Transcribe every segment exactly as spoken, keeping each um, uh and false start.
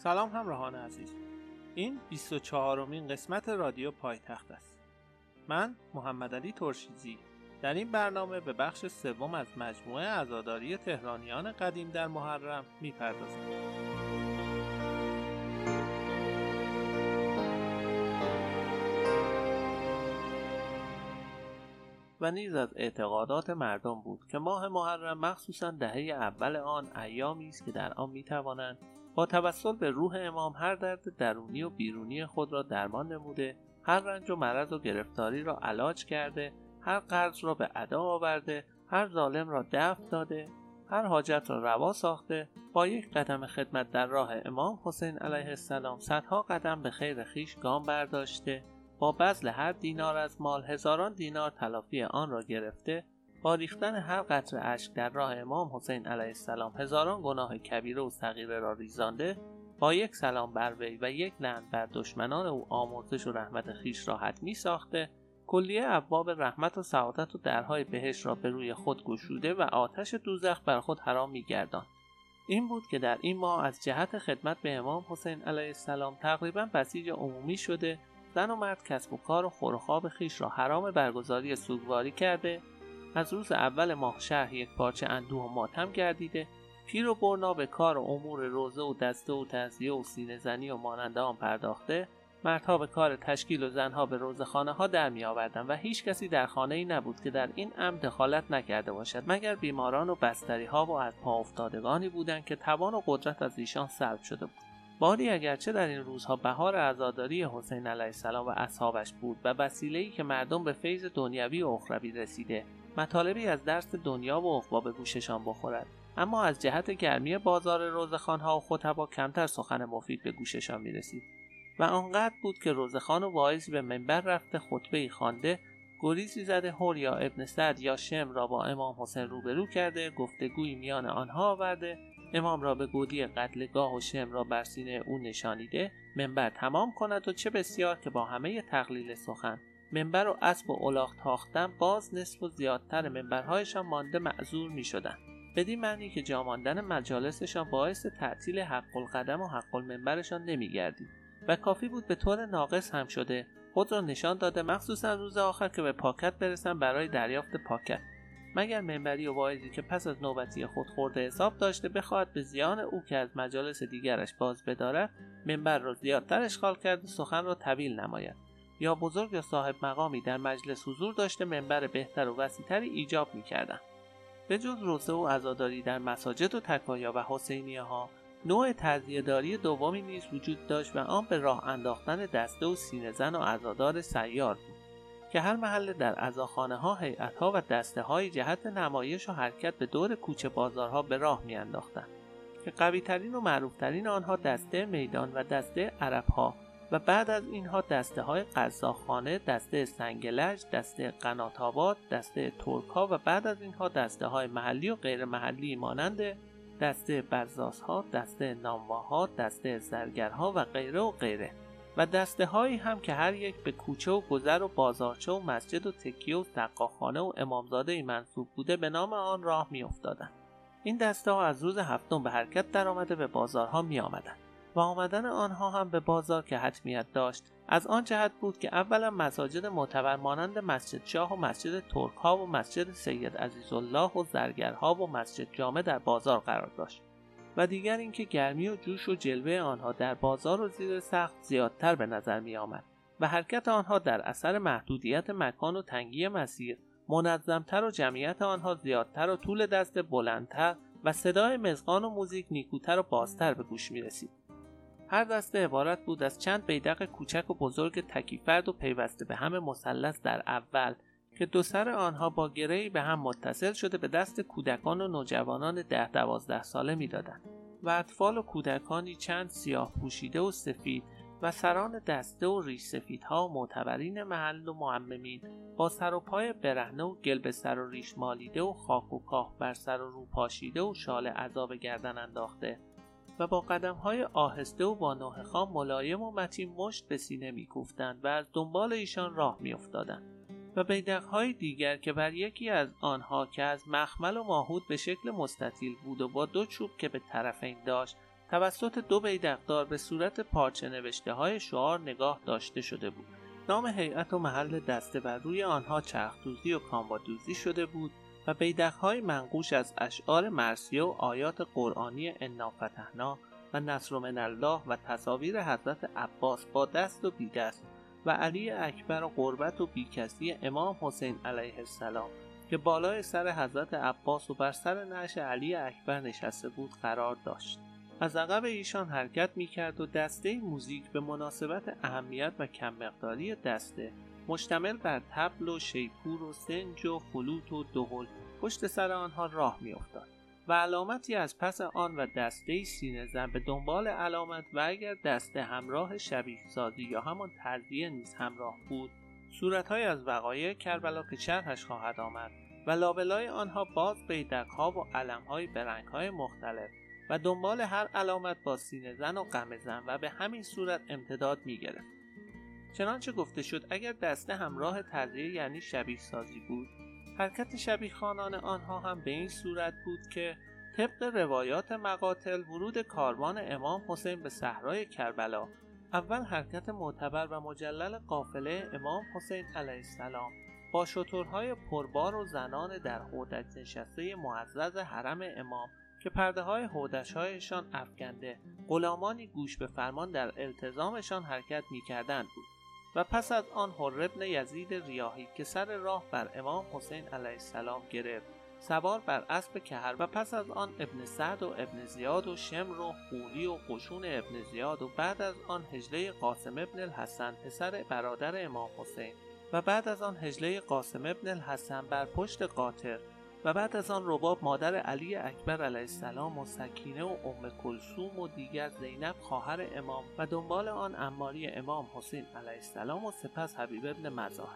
سلام همراهان عزیز. این بیست و چهارمین قسمت رادیو پایتخت است. من محمد علی ترشیزی در این برنامه به بخش سوم از مجموعه عزاداری تهرانیان قدیم در محرم میپردازم. و نیز از اعتقادات مردم بود که ماه محرم مخصوصاً دهه اول آن ایامی است که در آن میتوانند با توسل به روح امام هر درد درونی و بیرونی خود را درمان نموده، هر رنج و مرض و گرفتاری را علاج کرده، هر قرض را به ادا آورده، هر ظالم را دفع داده، هر حاجت را روا ساخته، با یک قدم خدمت در راه امام حسین علیه السلام صدها قدم به خیر خویش گام برداشته، با بذل هر دینار از مال هزاران دینار تلافی آن را گرفته، با ریختن هر قطره اشک در راه امام حسین علیه السلام هزاران گناه کبیره و صغیره را ریزانده، با یک سلام بر وی و یک لعن بر دشمنان او آمرزش و رحمت خویش را حتمی ساخته، کلیه ابواب رحمت و سعادت و درهای بهشت را به روی خود گشوده و آتش دوزخ بر خود حرام می‌گرداند. این بود که در این ماه از جهت خدمت به امام حسین علیه السلام تقریباً بسیج عمومی شده، زن و مرد کسب و کار و خور و خواب خویش را حرام برگزاری سوگواری کرده، از روز اول ماه شهر یک پارچه اندوه و ماتم گردیده، پیر و برنا به کار و امور روزه و دسته و تعزیه و سینه زنی و مانند آن پرداخته، مردها به کار تشکیل و زنها به روزخانه ها در می آوردند و هیچ کسی در خانه ای نبود که در این امر دخالت نکرده باشد مگر بیماران و بستری ها و از پا افتادگانی بودند که توان و قدرت از ایشان سلب شده بود. باری اگرچه در این روزها بهار عزاداری حسین علیه السلام و اصحابش بود و وسیله‌ای که مردم به فیض دنیوی و اخروی رسیده، مطالبی از درس دنیا و عقبی به گوششان بخورد، اما از جهت گرمی بازار روزخوان‌ها و خطبا کمتر سخن مفید به گوششان می‌رسید و آنقدر بود که روزخوان و واعظی به منبر رفته خطبه‌ای خوانده، گریزی زده هور یا ابن سعد یا شم را با امام حسین روبرو کرده، گفتگوی میان آنها آورده، امام را به گودی قتلگاه و شم را بر سینه او نشانیده منبر تمام کند و چه بسیار که با همه تقلیل سخن منبر و اسب و الاغ تاختن باز نصف و زیادتر منبرهایشان مانده معذور می شدن، بدین معنی که جا ماندن مجالسشان باعث تعطیل حق القدم و حق المنبرشان نمی گردید و کافی بود به طور ناقص هم شده خود را نشان داده، مخصوصا روز آخر که به پاکت برسن برای دریافت پاکت، مگر منبری و واعظی که پس از نوبتی خود خورده حساب داشته بخواهد به زیان او که از مجالس دیگرش باز بدارد منبر را زیادتر اشغال کرده سخن را طویل نماید، یا بزرگ یا صاحب مقامی در مجلس حضور داشته منبر بهتر و وسیع‌تری ایجاب می‌کردند. به جز روزه و عزاداری در مساجد و تکایا و حسینیه ها، نوع تعزیه‌داری دومی نیز وجود داشت و آن به راه انداختن دسته و سینه زن و عزادار سیار بود که هر محله در عزاخانه ها هیئت‌ها و دسته های جهت نمایش و حرکت به دور کوچه بازارها به راه می‌انداختند که قوی ترین و معروف ترین آنها دسته میدان و دسته عرب ها و بعد از اینها دسته های قزاقخانه، دسته سنگلج، دسته قنات آباد، دسته ترک ها و بعد از اینها دسته های محلی و غیر محلی مانند دسته بزاز ها، دسته نانواها، دسته زرگرها و غیره و غیره و دسته هایی هم که هر یک به کوچه و گذر و بازارچه و مسجد و تکیه و سقاخانه و امامزاده منصوب بوده به نام آن راه می افتادن. این دسته ها از روز هفتم به حرکت در آمده به بازارها می آمدن و آمدن آنها هم به بازار که حتمیت داشت از آن جهت بود که اولا مساجد معتبر مانند مسجد شاه و مسجد ترک ها و مسجد سید عزیزالله و زرگرها و مسجد جامع در بازار قرار داشت و دیگر اینکه گرمی و جوش و جلوه آنها در بازار و زیر سقف زیادتر به نظر می آمد و حرکت آنها در اثر محدودیت مکان و تنگی مسیر منظمتر و جمعیت آنها زیادتر و طول دست بلندتر و صدای مزغان و موزیک نیکوتر و بازتر به گوش می رسید. هر دسته عبارت بود از چند بیدق کوچک و بزرگ تکیفرد و پیوسته به هم مثلث در اول که دو سر آنها با گره‌ای به هم متصل شده به دست کودکان و نوجوانان ده دوازده ساله می‌دادند و اطفال و کودکانی چند سیاه پوشیده و سفید و سران دسته و ریش سفیدها و معتبرین محل و معممین با سر و پای برهنه و گل به سر و ریش مالیده و خاک و کاه بر سر و رو پاشیده و شال عذاب گردن انداخته و با قدم‌های آهسته و با نوح خام ملایم و متین مشت به سینه می‌کوفتند و از دنبال ایشان راه می‌افتادند و بیدق‌های دیگر که بر یکی از آنها که از مخمل و ماهود به شکل مستطیل بود و با دو چوب که به طرفین داشت توسط دو بیدقدار به صورت پارچه نوشته های شعار نگاه داشته شده بود. نام هیئت و محل دسته بر روی آنها چرخدوزی و کامبادوزی شده بود و بیدق‌های منقوش از اشعار مرثیه و آیات قرآنی انا فتحنا و نصر من الله و تصاویر حضرت عباس با دست و بی دست و علی اکبر و قربت و بیکسی امام حسین علیه السلام که بالای سر حضرت عباس و بر سر نعش علی اکبر نشسته بود قرار داشت. از عقب ایشان حرکت می‌کرد و دسته موزیک به مناسبت اهمیت و کم مقداری دسته مشتمل بر طبل و شیپور و سنج و فلوت و دهل پشت سر آنها راه می‌افتاد و علامتی از پس آن و دسته سینه زن به دنبال علامت و اگر دسته همراه شبیه سازی یا همان تربیه نیز همراه بود، صورت‌های از وقایع کربلا که شرحش خواهد آمد و لابلای آنها باز بیدق‌ها و علم‌های به رنگ‌های مختلف و دنبال هر علامت با سینه زن و قمه زن و به همین صورت امتداد می‌گرفت. چنانچه گفته شد اگر دسته همراه تربیه یعنی شبیه سازی بود، حرکت شبیه خانان آنها هم به این صورت بود که طبق روایات مقاتل ورود کاروان امام حسین به صحرای کربلا اول حرکت معتبر و مجلل قافله امام حسین علیه السلام با شترهای پربار و زنان در هودج نشسته معزز حرم امام که پرده های هودج‌هایشان افکنده غلامانی گوش به فرمان در التزامشان حرکت می کردند بود و پس از آن حر بن یزید ریاحی که سر راه بر امام حسین علیه السلام گرفت سوار بر اسب کهر و پس از آن ابن سعد و ابن زیاد و شمر و خولی و قشون ابن زیاد و بعد از آن هجله قاسم ابن الحسن پسر برادر امام حسین و بعد از آن هجله قاسم ابن الحسن بر پشت قاطر و بعد از آن رباب مادر علی اکبر علیه السلام و سکینه و ام کلثوم و دیگر زینب خواهر امام و دنبال آن عماری امام حسین علیه السلام و سپس حبیب ابن مظاهر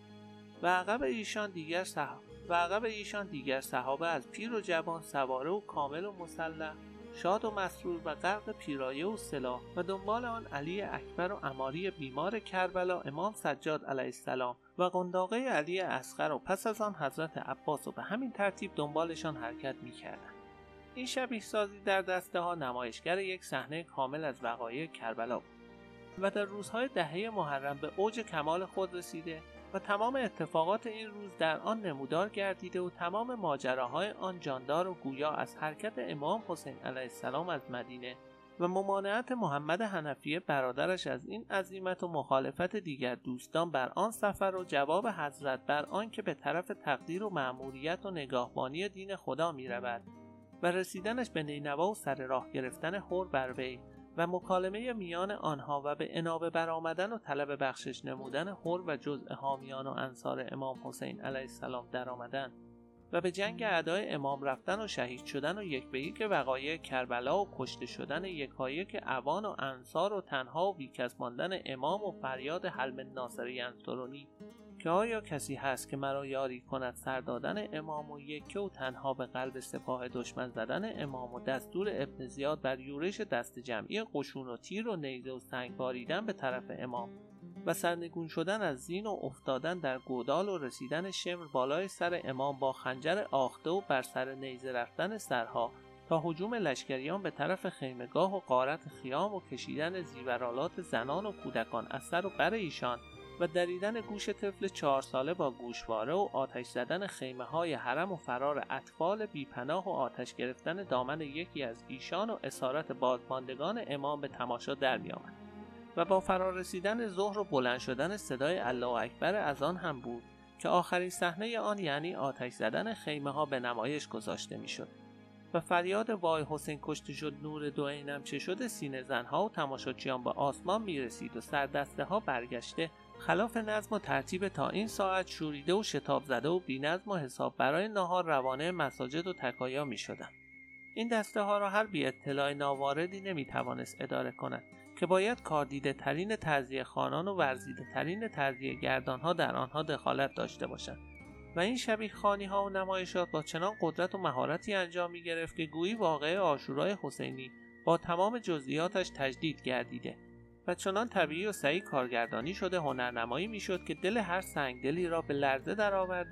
و عقب ایشان دیگر صحابه و عقب ایشان دیگر صحابه از پیر و جوان سواره و کامل و مسلح شاد و مسرور و غرق پیرایه و سلاح و دنبال آن علی اکبر و عماری بیمار کربلا امام سجاد علیه السلام و قنداقه علی اصغر و پس از آن حضرت عباس و به همین ترتیب دنبالشان حرکت می‌کردند. این شبیه سازی در دسته ها نمایشگر یک صحنه کامل از وقایع کربلا بود و در روزهای دهه محرم به اوج کمال خود رسیده و تمام اتفاقات این روز در آن نمودار گردیده و تمام ماجراهای آن جاندار و گویا از حرکت امام حسین علیه السلام از مدینه و ممانعت محمد حنفیه برادرش از این عزیمت و مخالفت دیگر دوستان بر آن سفر و جواب حضرت بر آن که به طرف تقدیر و مأموریت و نگاهبانی دین خدا می رود و رسیدنش به نینوا و سر راه گرفتن حور بر وی و مکالمه میان آنها و به انابه برآمدن و طلب بخشش نمودن حور و جزء حامیان و انصار امام حسین علیه السلام در آمدن و به جنگ اعدای امام رفتن و شهید شدن و یک به یک وقایع کربلا و کشته شدن یکایک اعوان و انصار و تنها و بیکس ماندن امام و فریاد حل من ناصر ینصرنی که آیا کسی هست که مرا یاری کند سر دادن امام و یکه و تنها به قلب سپاه دشمن زدن امام و دستور ابن زیاد بر یورش دست جمعی قشون و تیر و نیزه و سنگ باریدن به طرف امام و سرنگون شدن از زین و افتادن در گودال و رسیدن شمر بالای سر امام با خنجر آخته و بر سر نیزه رفتن سرها تا هجوم لشکریان به طرف خیمگاه و غارت خیام و کشیدن زیورالات زنان و کودکان از سر و بر ایشان و دریدن گوش طفل چهار ساله با گوشواره و آتش زدن خیمه های حرم و فرار اطفال بیپناه و آتش گرفتن دامن یکی از ایشان و اسارت بازماندگان امام به تماشا در می آمد و با فرار رسیدن ظهر و بلند شدن صدای الله اکبر از آن هم بود که آخرین صحنه آن یعنی آتش زدن خیمه ها به نمایش گذاشته می شد و فریاد وای حسین کشته شد نور دو عینم چه شده سینه زنها و تماشاچیان به آسمان می رسید و سردسته ها برگشته خلاف نظم و ترتیب تا این ساعت شوریده و شتاب زده و بی نظم و حساب برای نهار روانه مساجد و تکایا می شدن. این دسته ها را هر بی اطلاع ناواردی نمی توانست اداره کند که باید کاردیده ترین تعزیه خوانان و ورزیده ترین تعزیه گردان ها در آنها دخالت داشته باشند و این شبیه خوانی ها و نمایشات با چنان قدرت و مهارتی انجام می گرفت که گویی واقعه عاشورای حسینی با تمام جزئیاتش تجدید گردیده و چنان طبیعی و صحیح کارگردانی شده هنرنمایی می شد که دل هر سنگدلی را به لرزه در آورده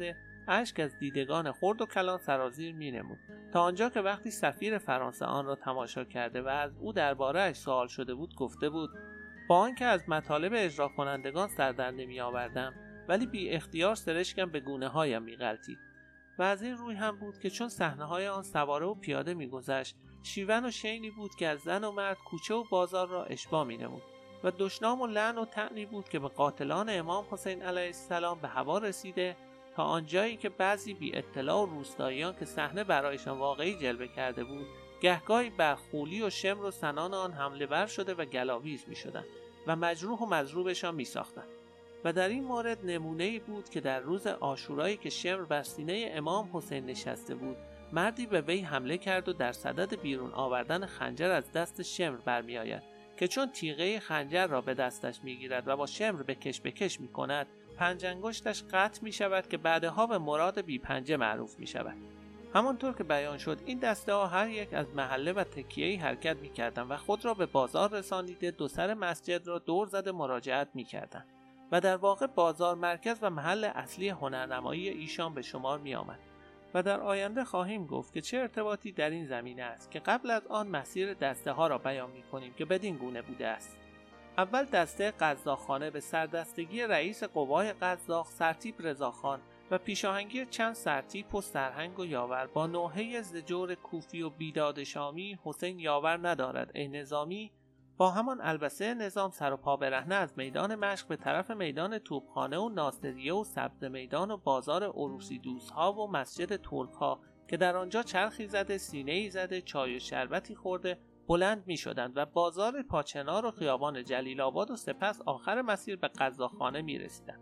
اشک از دیدگان خرد و کلان سرازیر می‌نمود، تا آنجا که وقتی سفیر فرانسه آن را تماشا کرده و از او درباره‌اش سوال شده بود گفته بود: با آنکه از مطالب اجرا کنندگان سر در نمی آوردم، ولی بی اختیار سرشکم به گونه هایم می غلطید. و از این روی هم بود که چون صحنه های آن سواره و پیاده می گذشت، شیون و شینی بود که از زن و مرد کوچه و بازار را اشباع می نمود و دشنام و لعن و طعنی بود که به قاتلان امام حسین علیه السلام به هوا رسیده، تا آنجایی که بعضی بی اطلاع و روستاییان که صحنه برایشان واقعی جلوه کرده بود، گهگاهی بر خولی و شمر و سنان آن حمله ور شده و گلاویز می شدند و مجروح و مضروبشان می ساختند. و در این مورد نمونه‌ای بود که در روز عاشورایی که شمر بر سینه امام حسین نشسته بود، مردی به وی حمله کرد و در صدد بیرون آوردن خنجر از دست شمر برمی آید که چون تیغه خنجر را به دستش می گیرد و با شمر به کش به کش می کند، پنج انگشتش قطع می شود که بعدها به مراد بی پنجه معروف می شود. همانطور که بیان شد، این دسته ها هر یک از محله و تکیه‌ای حرکت می کردند و خود را به بازار رسانیده دو سر مسجد را دور زده مراجعت می کردند و در واقع بازار مرکز و محل اصلی هنرنمایی ایشان به شمار می آمد. و در آینده خواهیم گفت که چه ارتباطی در این زمینه است که قبل از آن مسیر دسته ها را بیان می کنیم که بدین گونه بوده است. اول دسته قزاقخانه به سردستگی رئیس قوای قزاق سرتیپ رضاخان و پیشاهنگی چند سرتیپ و سرهنگ و یاور با نوحه زجور کوفی و بیداد شامی حسین یاور ندارد ای نظامی، با همان البسه نظام سر و پا برهنه از میدان مشق به طرف میدان توپخانه و ناصریه و سبز میدان و بازار عروسی دوستها و مسجد ترکها که در آنجا چرخی زده، سینه‌ای زده، چای و شربتی خورده بلند می شدند و بازار پاچنار و خیابان جلیل آباد و سپس آخر مسیر به قزاقخانه می رسیدند.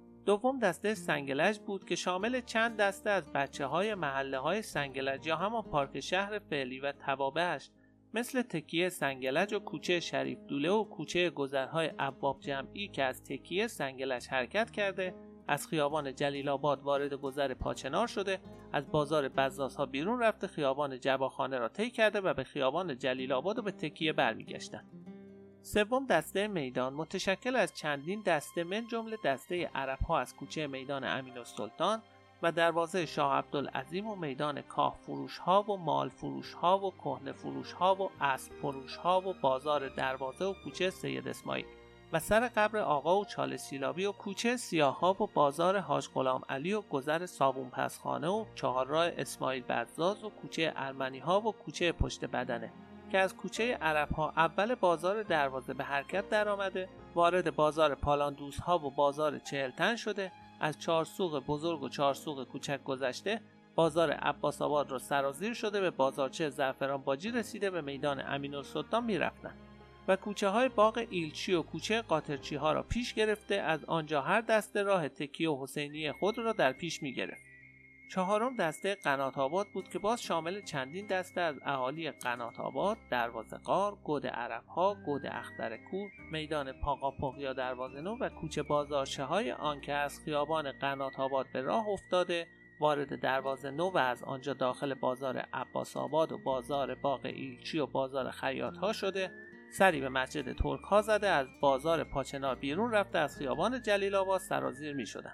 دوم دسته سنگلج بود که شامل چند دسته از بچه های محله های سنگلج یا همان پارک شهر فعلی و توابعش مثل تکیه سنگلج و کوچه شریف دوله و کوچه گذرهای عباب جمعی که از تکیه سنگلج حرکت کرده، از خیابان جلیل آباد وارد گذر پاچنار شده، از بازار بزازها بیرون رفته، خیابان جباخانه را طی کرده و به خیابان جلیل آباد و به تکیه برمیگشتند. سوم دسته میدان متشکل از چندین دسته من جمله دسته عرب‌ها از کوچه میدان امین‌السلطان و دروازه شاه عبدالعظیم و میدان کاه فروش ها و مال فروش ها و کهنه فروش ها و اسب فروش ها و بازار دروازه و کوچه سید اسماعیل و سر قبر آقا و چاله سیلابی و کوچه سیاه ها و بازار حاج غلام علی و گذر صابون پسخانه و چهارراه اسماعیل بزاز و کوچه ارمنی ها و کوچه پشت بدنه که از کوچه عرب ها اول بازار دروازه به حرکت در آمده، وارد بازار پالاندوز ها و بازار چهلتن شده، از چهار سوق بزرگ و چهار سوق کوچک گذشته، بازار عباس آباد را سرازیر شده، به بازارچه زعفران باجی رسیده، به میدان امین‌السلطان می رفتند و کوچه های باغ ایلچی و کوچه قاطرچی ها را پیش گرفته، از آنجا هر دسته راه تکیه و حسینی خود را در پیش می گرفت. چهارم دسته قنات آباد بود که باز شامل چندین دسته از اهالی قنات آباد، دروازه غار، گود عرب‌ها، گود اخترکور، میدان پاقاپق یا دروازه نو و کوچه بازارچه های آن که از خیابان قنات آباد به راه افتاده، وارد دروازه نو و از آنجا داخل بازار عباس آباد و بازار باغ ایلچی و بازار خیاط ها شده، سری به مسجد ترک ها زده، از بازار پاچنار بیرون رفته، از خیابان جلیل آباد سرازیر می شدن.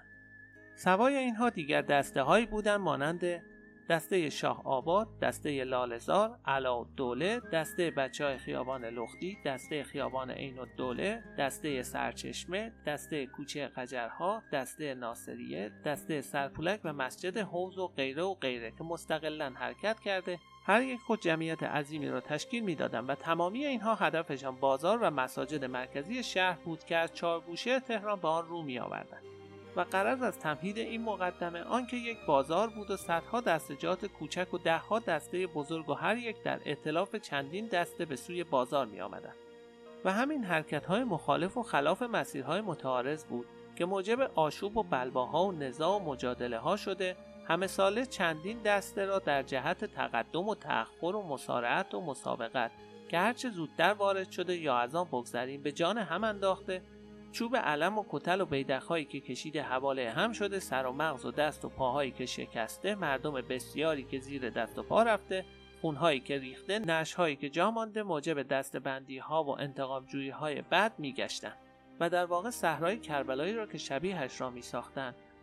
سوای اینها دیگر دسته هایی بودند مانند دسته شاه آباد، دسته لاله‌زار، علاءالدوله، دسته بچه‌های خیابان لختی، دسته خیابان عین‌الدوله، دسته سرچشمه، دسته کوچه قجرها، دسته ناصریه، دسته سرپولک و مسجد حوض و غیره و غیره که مستقلاً حرکت کرده هر یک خود جمعیت عظیمی را تشکیل می‌دادند و تمامی اینها هدفشان بازار و مساجد مرکزی شهر بود که از چهار گوشه تهران به آن رو می‌آوردند. و غرض از تمهید این مقدمه آنکه یک بازار بود و صدها دستجات کوچک و دهها دسته بزرگ و هر یک در ائتلاف چندین دسته به سوی بازار می آمدند و همین حرکت‌های مخالف و خلاف مسیرهای متعارض بود که موجب آشوب و بلواها و نزاع و مجادله ها شده، همه ساله چندین دسته را در جهت تقدم و تأخر و مسارعت و مسابقت که هرچه زودتر وارد شده یا از آن بگذریم به جان هم انداخته، چوب علم و کتل و بیدق‌هایی که کشیده حواله هم شده، سر و مغز و دست و پاهایی که شکسته، مردم بسیاری که زیر دست و پا رفته، خونهایی که ریخته، نشهایی که جا مانده، موجب دستبندی‌ها و انتقام‌جویی‌های بد می‌گشتند و در واقع صحرای کربلایی را که شبیهش را می‌ساختند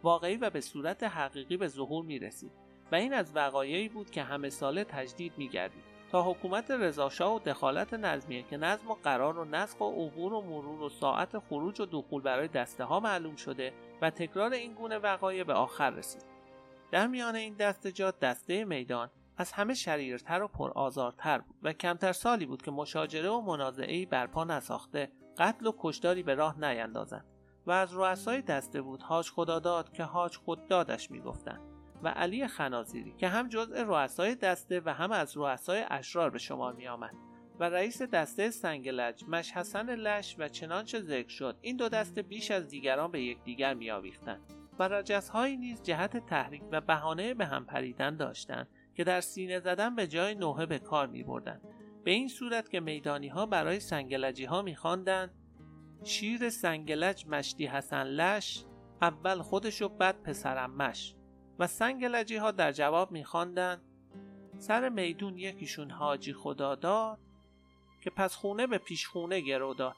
واقعی و به صورت حقیقی به ظهور می رسید و این از وقایعی بود که همه ساله تجدید می گردید تا حکومت رضاشاه و دخالت نظمیه که نظم و قرار و نسق و عبور و مرور و ساعت خروج و دخول برای دسته ها معلوم شده و تکرار این گونه وقایع به آخر رسید. در میان این دستجات دسته میدان از همه شریرتر و پرآزارتر بود و کمتر سالی بود که مشاجره و منازعه‌ای برپا نساخته قتل و کشتاری به راه نیندازند و از رؤسای دسته بود حاج خداداد که حاج خدادادش میگفتند و علی خنازیری که هم جزء رؤسای دسته و هم از رؤسای اشرار به شمار می آمد و رئیس دسته سنگلج مش حسن لش و چنانچه ذکر شد این دو دسته بیش از دیگران به یکدیگر می آویختند و رجزهایی نیز جهت تحریک و بهانه به هم پریدن داشتند که در سینه زدن به جای نوحه به کار می بردن. به این صورت که میدانی ها برای سنگلجی ها می خواندند شیر سنگلج مشتی حسن لش اول خودشو بعد پسرم مش و سنگلجی ها در جواب می خواندند سر میدون یکیشون حاجی خداداد که پس خونه به پیش خونه گرو داد.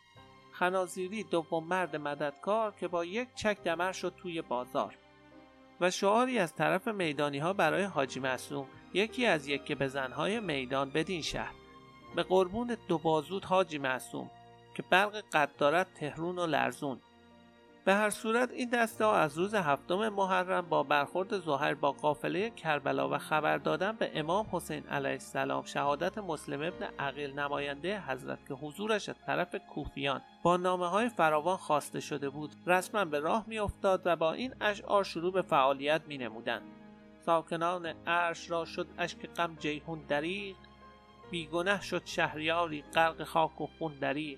خنازیری دوم مرد مددکار که با یک چک دمر شد توی بازار. و شعاری از طرف میدانی ها برای حاجی معصوم یکی از یکی بزنهای میدان بدین شهر به قربون دو بازود حاجی معصوم که برق قد دارد تهرون و لرزون. به هر صورت این دسته ها از روز هفتم محرم با برخورد زهیر با قافله کربلا و خبر دادن به امام حسین علیه السلام شهادت مسلم ابن عقیل نماینده حضرت که حضورش از طرف کوفیان با نامه های فراوان خواسته شده بود رسما به راه می افتاد و با این اشعار شروع به فعالیت می نمودند. ساکنان عرش را شد اشک غم جیحون دریغ، بیگنه شد شهریاری غرق خاک و خون دریغ.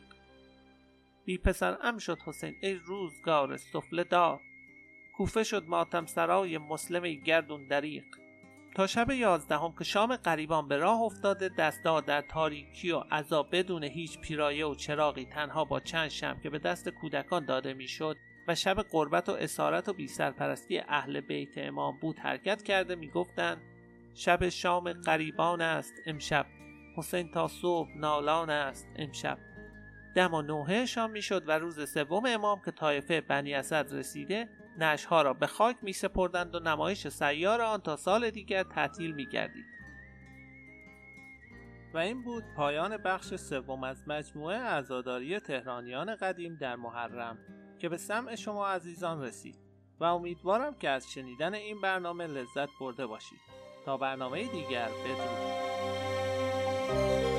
بی پسر ام شد حسین ای روزگار سفله دار، کوفه شد ماتم سرای مسلم گردون دریغ. تا شب یازدهم که شام غریبان به راه افتاده دسته در تاریکی و عذاب بدون هیچ پیرایه و چراغی تنها با چند شمع که به دست کودکان داده میشد و شب غربت و اسارت و بی سرپرستی اهل بیت امام بود حرکت کرده میگفتند شب شام غریبان است امشب، حسین تا صبح نالان است امشب. دم و نوحه شام می شد و روز سوم امام که طایفه بنی اسد رسیده نعشها را به خاک می سپردند و نمایش سیار آن تا سال دیگر تعطیل می گردید. و این بود پایان بخش سوم از مجموعه عزاداری تهرانیان قدیم در محرم که به سمع شما عزیزان رسید و امیدوارم که از شنیدن این برنامه لذت برده باشید. تا برنامه دیگر بدرود.